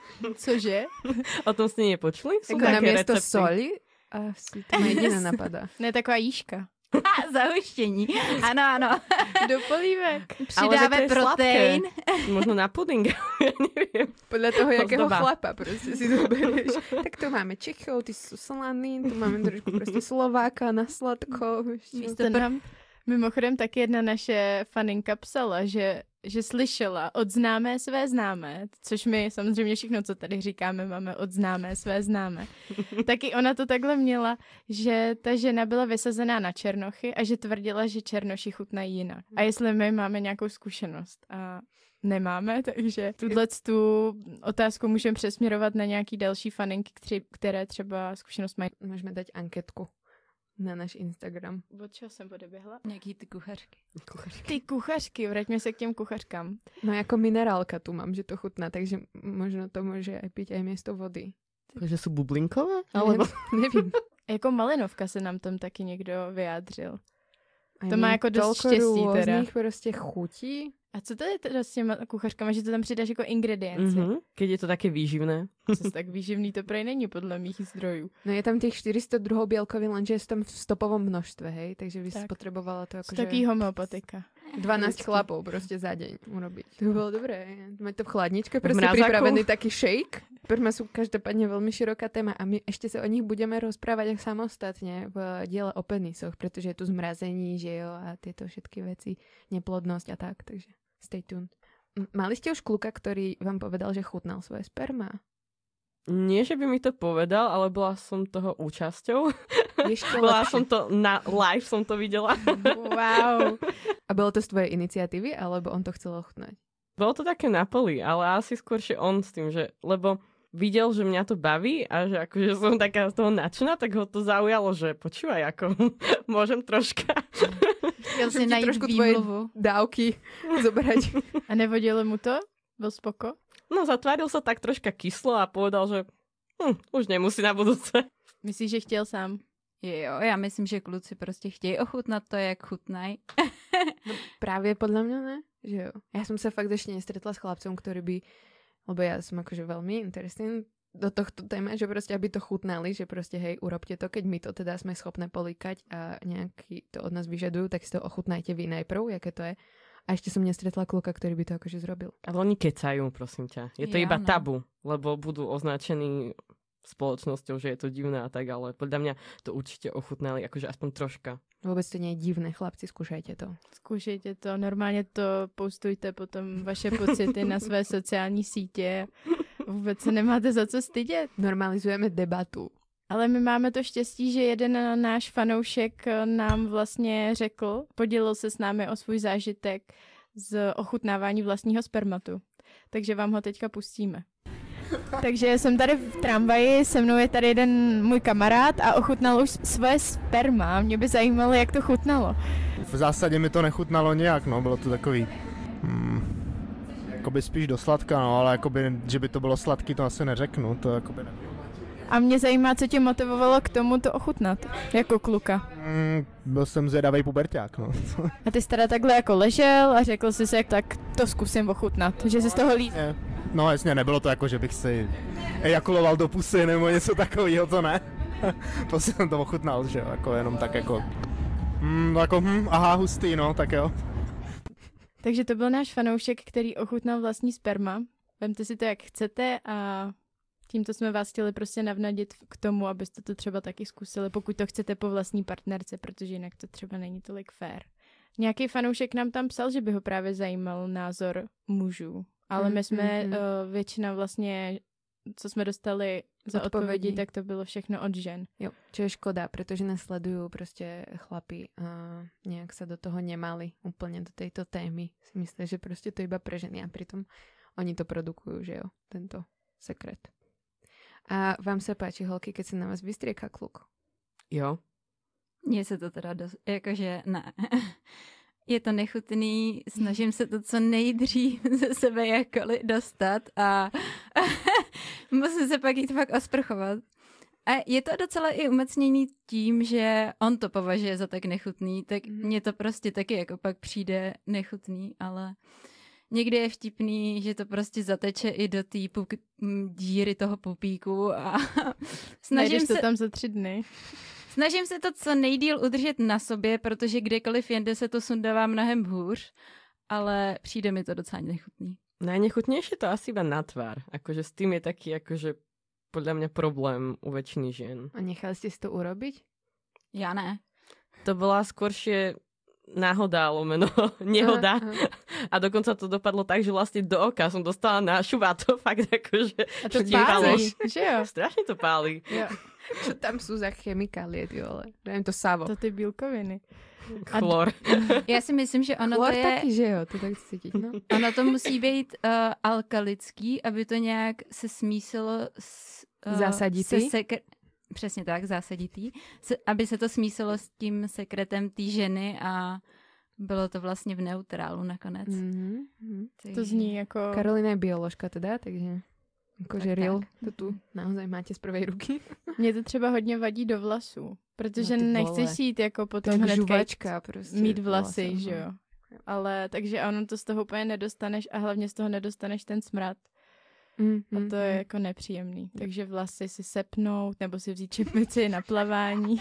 Cože? O tom ste nepočuli? Sú Jako na také miesto recepty. soli? Asi to ma jediné napadá. Ne, taková jížka. Zahuštění. Ano, ano. Do polívek. Přidáme protein. Možno na puding, ja neviem. Podľa toho, jakého Ozdoba. chlapa proste si to berieš. Tak tu máme Čechov, ty sú slaný, tu máme trošku proste Slováka na sladko. To nám mimochodem taky jedna naše faninka psala, že, že slyšela od známé své známé, což my samozřejmě všechno, co tady říkáme, máme od známé své známé. Taky ona to takhle měla, že ta žena byla vysazená na černochy a že tvrdila, že černoši chutnají jinak. A jestli my máme nějakou zkušenost a nemáme, takže tuhle tu otázku můžeme přesměrovat na nějaký další faninky, které třeba zkušenost mají. Můžeme dať anketku na náš Instagram. Od čeho jsem odeběhla? Nějaký ty kuchařky. Kuchařky. Ty kuchařky, vraťme se k těm kuchařkám. No jako minerálka tu mám, že to chutná, takže možno to může aj piť aj miesto vody. Takže sú bublinkové? Alebo... Nevím. Jako malinovka se nám tam taky někdo vyjádřil. Aj To má jako dost toľko štěstí teda. rôznych proste chutí. A co to je teda s těma kuchařkama, že to tam přidáš jako ingredienci? Mm-hmm. Keď je to také výživné. Zase tak výživný to prej není podle mých zdrojů. No je tam tých štyristo druhov bielkovín, lenže je tam v stopovom množstve, hej? Takže by si Tak. potrebovala to Z akože taký homeopatika. dvanásť chlapov proste za deň urobiť. To by bolo dobré. Mať to v chladničke, proste mrazáku? pripravený taký shake. Perma sú každopádne veľmi široká téma a my ešte sa o nich budeme rozprávať aj samostatne v diele o penisoch, pretože je tu zmrazení, že jo, a tieto všetky veci, neplodnosť a tak, takže stay tuned. M- Mali ste už kluka, ktorý vám povedal, že chutnal svoje sperma? Nie, že by mi to povedal, ale bola som toho účasťou. Ešte Bola lepšie. som to na live, som to videla. Wow. A bolo to z tvojej iniciatívy, alebo on to chcel ochutnať? Bolo to také na poli, ale asi skôr, že on s tým, že, lebo videl, že mňa to baví a že akože som taká z toho nadšená, tak ho to zaujalo, že počúvaj, ako môžem troška. Chtěl si Ti najít trošku tvoje výmluvu. dávky zobrať. A nevodilo mu to? Byl spoko? No zatváril sa tak troška kyslo a povedal, že hm, už nemusí na budúce. Myslíš, že chtěl sám? Jo, já myslím, že kluci prostě chtějí ochutnat to, jak chutnají. No, práve podľa mňa ne, že jo. Ja som sa fakt ešte nestretla s chlapcom, ktorý by, lebo ja som akože veľmi interesný do tohto téma, že proste aby to chutnali, že proste hej, urobte to, keď my to teda sme schopné políkať a nejaký to od nás vyžadujú, tak si to ochutnajte vy najprv, jaké to je. A ešte som nestretla kluka, ktorý by to akože zrobil. Ale oni kecajú, prosím ťa. Je to Ja, iba no. tabu, lebo budú označení spoločnosťou, že je to divné a tak, ale podľa mňa to určite ochutnali, akože aspoň troška. Vôbec to nie je divné, chlapci, skúšajte to. Zkoušejte to, normálně to postujte potom vaše pocity na své sociální sítě. Vůbec se nemáte za co stydět. Normalizujeme debatu. Ale my máme to štěstí, že jeden náš fanoušek nám vlastně řekl, podělil se s námi o svůj zážitek z ochutnávání vlastního spermatu. Takže vám ho teďka pustíme. Takže jsem tady v tramvaji, se mnou je tady jeden můj kamarád a ochutnal už svoje sperma. Mě by zajímalo, jak to chutnalo. V zásadě mi to nechutnalo nějak, no, bylo to takový, hmm, jakoby spíš do sladka, no, ale jakoby, že by to bylo sladký, to asi neřeknu, to jakoby ne. A mě zajímá, co tě motivovalo k tomu to ochutnat, jako kluka. Hmm, byl jsem zvědavej puberťák, no. A ty jsi teda takhle jako ležel a řekl jsi si, tak to zkusím ochutnat, že jsi z toho líz. No jasně, nebylo to jako, že bych si ejakuloval do pusy nebo něco takového, to ne. Prostě jsem to ochutnal, že jo, jako jenom tak jako, hmm, jako hm, aha, hustý, no, tak jo. Takže to byl náš fanoušek, který ochutnal vlastní sperma. Vemte si to, jak chcete a tímto jsme vás chtěli prostě navnadit k tomu, abyste to třeba taky zkusili, pokud to chcete po vlastní partnerce, protože jinak to třeba není tolik fair. Nějaký fanoušek nám tam psal, že by ho právě zajímal názor mužů, ale my jsme mm, mm. uh, většina vlastně, co jsme dostali za odpovědi, Odpovědi. tak to bylo všechno od žen. Jo, čo je škoda, pretože nás sledujú proste chlapi a nejak sa do toho nemali úplne do tejto témy. Si myslia, že proste to iba pre ženy a pritom oni to produkujú, že jo, tento sekret. A vám sa páči, holky, keď sa na vás vystrieka kluk? Jo. Mně se to teda dost, jakože ne. Je to nechutný, snažím se to co nejdřív ze sebe jakkoliv dostat a musím se pak jít fakt osprchovat. A je to docela i umocněný tím, že on to považuje za tak nechutný, tak Mhm. mně to prostě taky jako pak přijde nechutný, ale někdy je vtipný, že to prostě zateče i do té puk- m, díry toho pupíku a snažím Najdeš se... to tam za tři dny. Snažím se to co nejdýl udržet na sobě, protože kdekoliv jinde se to sundává mnohem hůř, ale přijde mi to docela nechutný. Najnechutnejšie to asi iba na tvár. Akože s tým je taký akože podľa mňa problém u väčšiny žien. A nechali ste si to urobiť? Já ne. To bola skôršie náhoda, lomeno nehoda. Aha, aha. A dokonca to dopadlo tak, že vlastne do oka som dostala nášu a to fakt akože... A to štípalo. pálí, že jo? Strašne to pálí. Jo, Čo tam sú za chemikálie, ty vole? Neviem, to savo. to ty bílkoviny. Chlor. Já si myslím, že ono Chlor to je... taky, že jo? To tak cítiť, no. Ono to musí být uh, alkalický, aby to nějak se smísilo s... Uh, Zásaditý? Se sekre... Přesně tak, zásaditý. Se, aby se to smísilo s tím sekretem té ženy a bylo to vlastně v neutrálu nakonec. Mhm, mhm. To zní jako... Karolina je bioložka teda, takže akože Tak, real, tak. to tu naozaj máte z prvej ruky. Mě to třeba hodně vadí do vlasů, protože No ty nechceš vole. jít jako To potom je hned žuvačka prostě. mít vlasy, vlasem, že no. jo. Ale takže ono to z toho úplně nedostaneš a hlavně z toho nedostaneš ten smrad. Mm, A mm, to je mm. jako nepříjemný. Takže vlasy si sepnout, nebo si vzít čepici na plavání,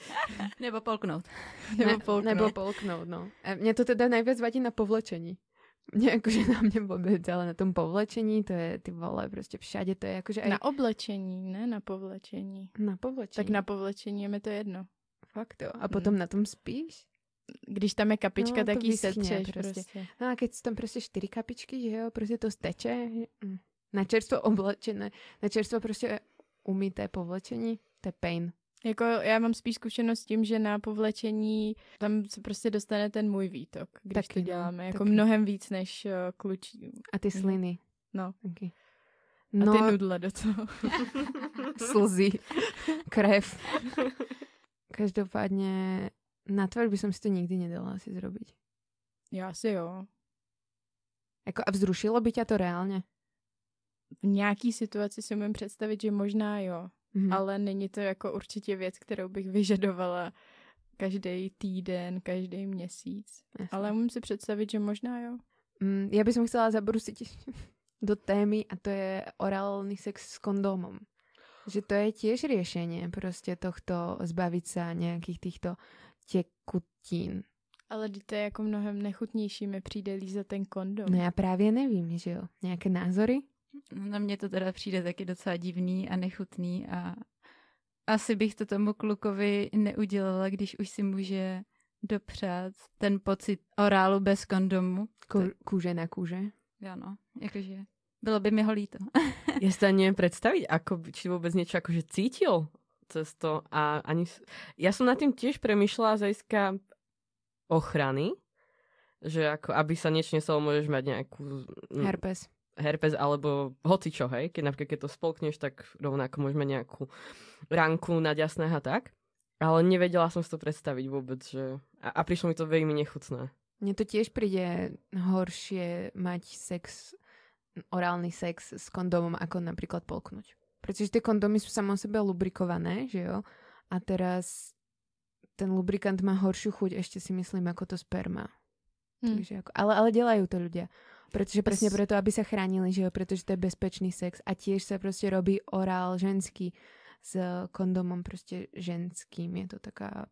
Nebo polknout. nebo Ne, polknout. nebo polknout, no. A mne to teda najviac vadí na povlečení. Mne akože na mne vôbec, ale na tom povlečení, to je, ty vole, prostě všade to je akože aj... Na oblečení, ne na povlečení. na povlečení. Tak na povlečení je mi to jedno. Fakt jo. A potom na tom spíš? Když tam je kapička, No, to tak ji vyschne setřeš prostě. prostě. No a keď sú tam prostě čtyři kapičky, že jo, prostě to steče. Mm. Na čerstvo oblečené, na čerstvo prostě umyté povlečení, to je pain. Jako já mám spíš zkušenost s tím, že na povlečení tam se prostě dostane ten můj výtok, když Taky, to no, děláme. Jako taky. mnohem víc než uh, klučí. A ty Mhm. sliny. No. Okay. A No, ty nudle do toho. slzy, krev. Každopádne na tvár by som si to nikdy nedala asi zrobiť. Já si jo. Jako, a vzrušilo by ťa to reálne? V nějaký situaci si umím představit, že možná jo. Mhm. Ale není to jako určitě věc, kterou bych vyžadovala každý týden, každý měsíc. Jasne. Ale umím si představit, že možná jo. Mm, ja by som chcela zabrusiť do témy a to je orálny sex s kondómom. Že to je tiež riešenie proste tohto zbaviť sa nejakých týchto tekutín. Ale to je jako mnohem nechutnější, mi přijde lízat ten kondom. No ja právě nevím, že jo. Nejaké názory? Na mě to teda přijde taky docela divný a nechutný a asi bych to tomu klukovi neudělala, když už si může dopřát ten pocit orálu bez kondomu. Ko- kúže na kúže? Ano, jakože bylo by mi ho líto. Ja si to ani neviem predstaviť, ako, by- či vôbec niečo akože cítil cez to. A ani, s- ja som nad tým tiež premýšľala z hľadiska ochrany, že ako aby sa niečo nestalo, môžeš mať nejakú mm, Herpes. herpes alebo hocičo, hej. Keď napríklad keď to spolkneš, tak rovnako môžeme nejakú ranku na ďasného a tak. Ale nevedela som si to predstaviť vôbec, že... A, a prišlo mi to veľmi nechutné. Mne to tiež príde horšie mať sex, orálny sex s kondómom, ako napríklad polknúť. Pretože tie kondómy sú samo o sebe lubrikované, že jo? A teraz ten lubrikant má horšiu chuť, ešte si myslím, ako to sperma. Hm. Takže ako, ale, ale delajú to ľudia. Pretože presne S- preto, aby sa chránili, že jo? Pretože to je bezpečný sex. A tiež sa proste robí orál ženský s kondomom proste ženským. Je to taká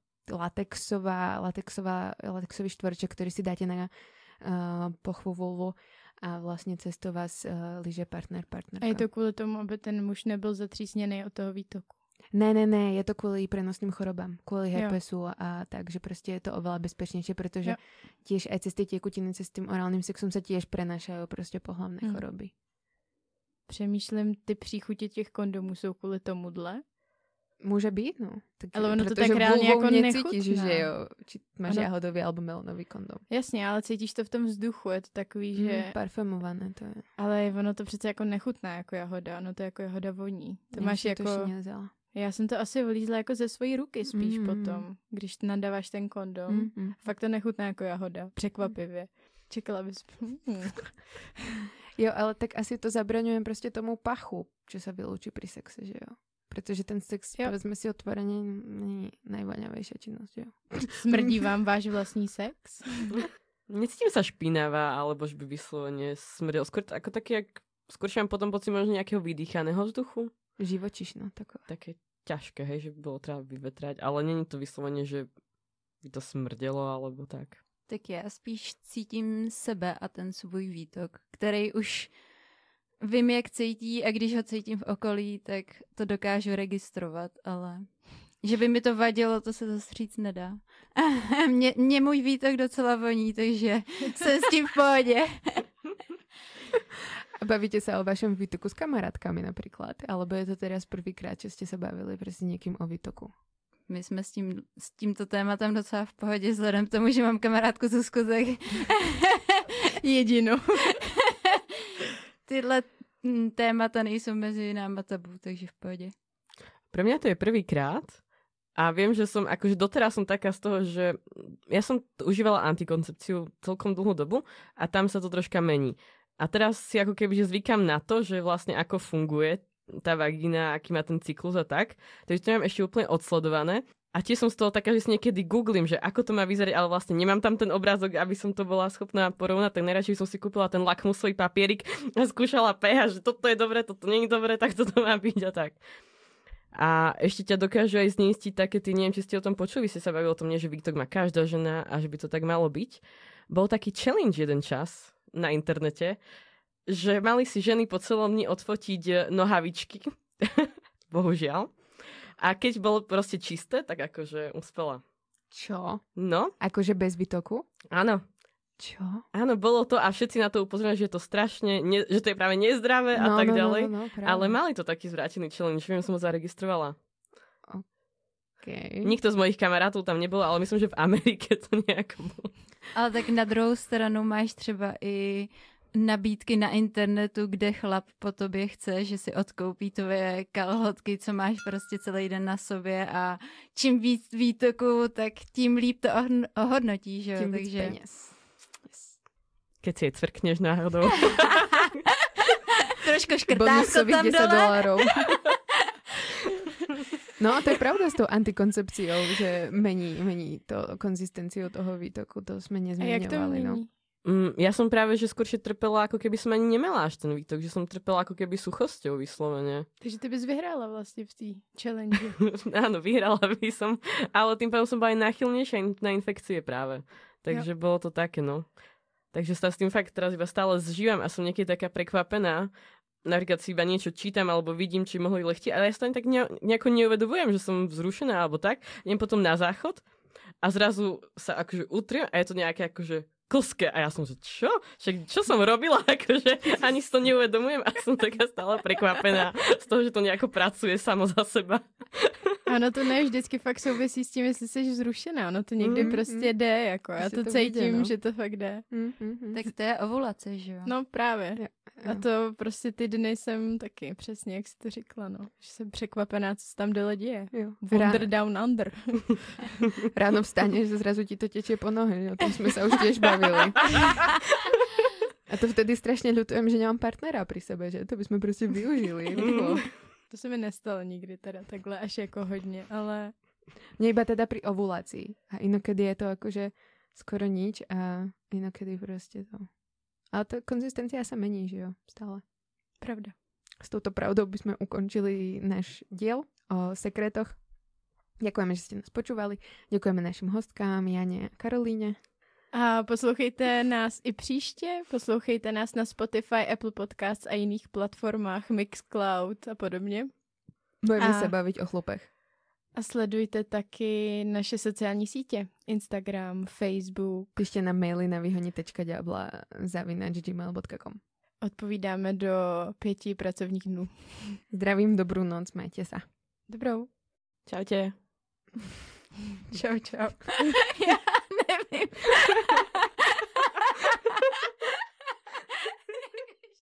latexová, latexová, latexový štvorček, ktorý si dáte na uh, pochvu vulvu a vlastně cez to vás uh, liže partner, partnerka. A je to kvůli tomu, aby ten muž nebyl zatřísněný od toho výtoku? Ne, ne, ne, je to kvůli prenosným chorobám, kvůli herpesu a, a tak, že prostě je to oveľa bezpečnější, protože jo. tiež aj cez ty tekutiny, cez tým orálnym sexom sa tiež prenášajú prostě pohlavné hmm. choroby. Přemýšlím, ty příchutě těch kondomů jsou kvůli tomuhle? Může být, no. Tak, ale ono to tak reálně jako necítíš, nechutná. že jo, či máš ono... jahodový alebo melonový kondom. Jasně, ale cítíš to v tom vzduchu, je to takový, že... Hmm, parfumované to je. Ale ono to přece jako nechutná jako jahoda, ono to jako jahoda voní. To Já máš jako... To Já jsem to asi vylízla jako ze svojí ruky spíš mm. potom, když nadáváš ten kondom. Mm. Fakt to nechutná jako jahoda, překvapivě. Čekala bys... Mm. Jo, ale tak asi to zabraňujem prostě tomu pachu, že se vyloučí pri sexe, že jo? Protože ten sex, jo. povedzme si otvoreně, není najvoňavejšia činnosť, jo? Smrdí vám váš vlastní sex? Necítim sa špinavá, alebo že by vyslovene smrdel. Skôr ako taký, jak, skôr mám potom pocit možno nejakého vydýchaného vzduchu. Živočišno, takové. Také ťažké, hej, že by bolo treba vyvetrať, ale není to vyslovene, že by to smrdelo, alebo tak. Tak já spíš cítím sebe a ten svůj výtok, který už vím, jak cítí a když ho cítím v okolí, tak to dokážu registrovat, ale že by mi to vadilo, to se zase říct nedá. Mě, mě můj výtok docela voní, takže jsem s tím v pohodě. A bavíte sa o vašom výtoku s kamarátkami napríklad? Alebo je to teraz prvýkrát, čo ste sa bavili prostě niekým o výtoku? My jsme s, tím, s tímto tématem docela v pohodě, vzhledem k tomu, že mám kamarádku Zuzku, tak jedinou. Tyhle témata nejsou mezi náma tabu, takže v pohodě. Pre mňa to je prvýkrát a viem, že som, akože doteraz som taká z toho, že ja som užívala antikoncepciu celkom dlhú dobu a tam sa to troška mení. A teraz si ako keby že zvykám na to, že vlastne ako funguje tá vagína, aký má ten cyklus a tak. Takže to mám ešte úplne odsledované. A tiež som z toho taká, že si niekedy googlím, že ako to má vyzerať, ale vlastne nemám tam ten obrázok, aby som to bola schopná porovnať, tak najradšej som si kúpila ten lakmusový papierik a skúšala pH, že toto je dobré, toto nie je dobré, tak toto má byť a tak. A ešte ťa dokážu aj zneistiť také, ty neviem, či ste o tom počuli, ste sa bavili o tom, nie, že výtok má každá žena a že by to tak malo byť. Bol taký challenge jeden čas na internete, že mali si ženy po celom dni odfotiť nohavičky, bohužiaľ. A keď bolo proste čisté, tak akože uspela. Čo? No. Akože bez výtoku? Áno. Čo? Áno, bolo to a všetci na to upozorili, že je to strašne, ne, že to je práve nezdravé no, a tak no, ďalej. No, no, no, ale mali to taký zvrátený challenge, viem, som ho zaregistrovala. Okay. Nikto z mojich kamarátov tam nebol, ale myslím, že v Amerike to nejako bolo. Ale tak na druhou stranu máš třeba i nabídky na internetu, kde chlap po tobě chce, že si odkoupí tvoje kalhotky, co máš prostě celý den na sobě a čím víc výtoku, tak tím líp to ohodnotí, že jo? Tím Takže... víc peněz. Yes. Keď si jej cvrkneš náhodou. Trošku škrtáš to tam desať dole. dolárov. No a to je pravda s tou antikoncepciou, že mení, mení to konzistenciu toho výtoku, to jsme nezmiňovali. A jak to mení? No. Mm, ja som práve, že skôršie trpela, ako keby som ani nemala až ten výtok, že som trpela ako keby suchosťou vyslovene. Takže ty bys vyhrála vlastne v té challenge. Áno, vyhrala by som, ale tým pádom som bola aj náchylnejšia na infekcie práve. Takže jo. Bolo to také, no. Takže sa s tým fakt teraz iba stále zžívam a som niekedy taká prekvapená. Napríklad si iba niečo čítam alebo vidím, či mohli lehti, ale ja sa to tak nejako neuvedomujem, že som vzrušená alebo tak. Idem potom na záchod a zrazu sa akože utriem a je to nejaké akože klské. A ja som, že čo? Však čo som robila? Akože ani si to neuvedomujem a som taká stále prekvapená z toho, že to nejako pracuje samo za seba. Ano, to ne vždycky fakt souvisí s tím, jestli jsi zrušená. Ono to někdy mm, prostě mm. jde, jako. Já to, to cítím, vidět, no. Že to fakt jde. Mm, mm, mm. Tak to je ovulace, že jo? No právě. Jo, jo. A to prostě ty dny jsem taky, přesně jak jsi to říkala, no. Že jsem překvapená, co se tam dole děje. Jo. Wonder down under. Ráno vstaneš, že zrazu ti to teče po nohe. O tom jsme se už těž bavili. A to vtedy strašně ľutujem, že nemám partnera pri sebe, že to bychom prostě využili. To se mi nestalo nikdy teda takhle až jako hodně, ale... Mne iba teda pri ovulácii. A inokedy je to akože skoro nič a inokedy prostě to... Ale to konzistencia sa mení, že jo? Stále. Pravda. S touto pravdou by sme ukončili náš diel o sekretoch. Ďakujeme, že ste nás počúvali. Ďakujeme našim hostkám Jane a Karolíne. A poslouchejte nás i příště, poslouchejte nás na Spotify, Apple Podcasts a jiných platformách, Mixcloud a podobně. Budeme A- se bavit o chlopech. A sledujte taky naše sociální sítě. Instagram, Facebook. Píšte na maily na vyhoni.diabla zavináč gmail bodka com. Odpovídáme do pěti pracovních dnů. Zdravím, dobrou noc, majte sa. Dobrou. Čaute. Čau, čau. Já nevím.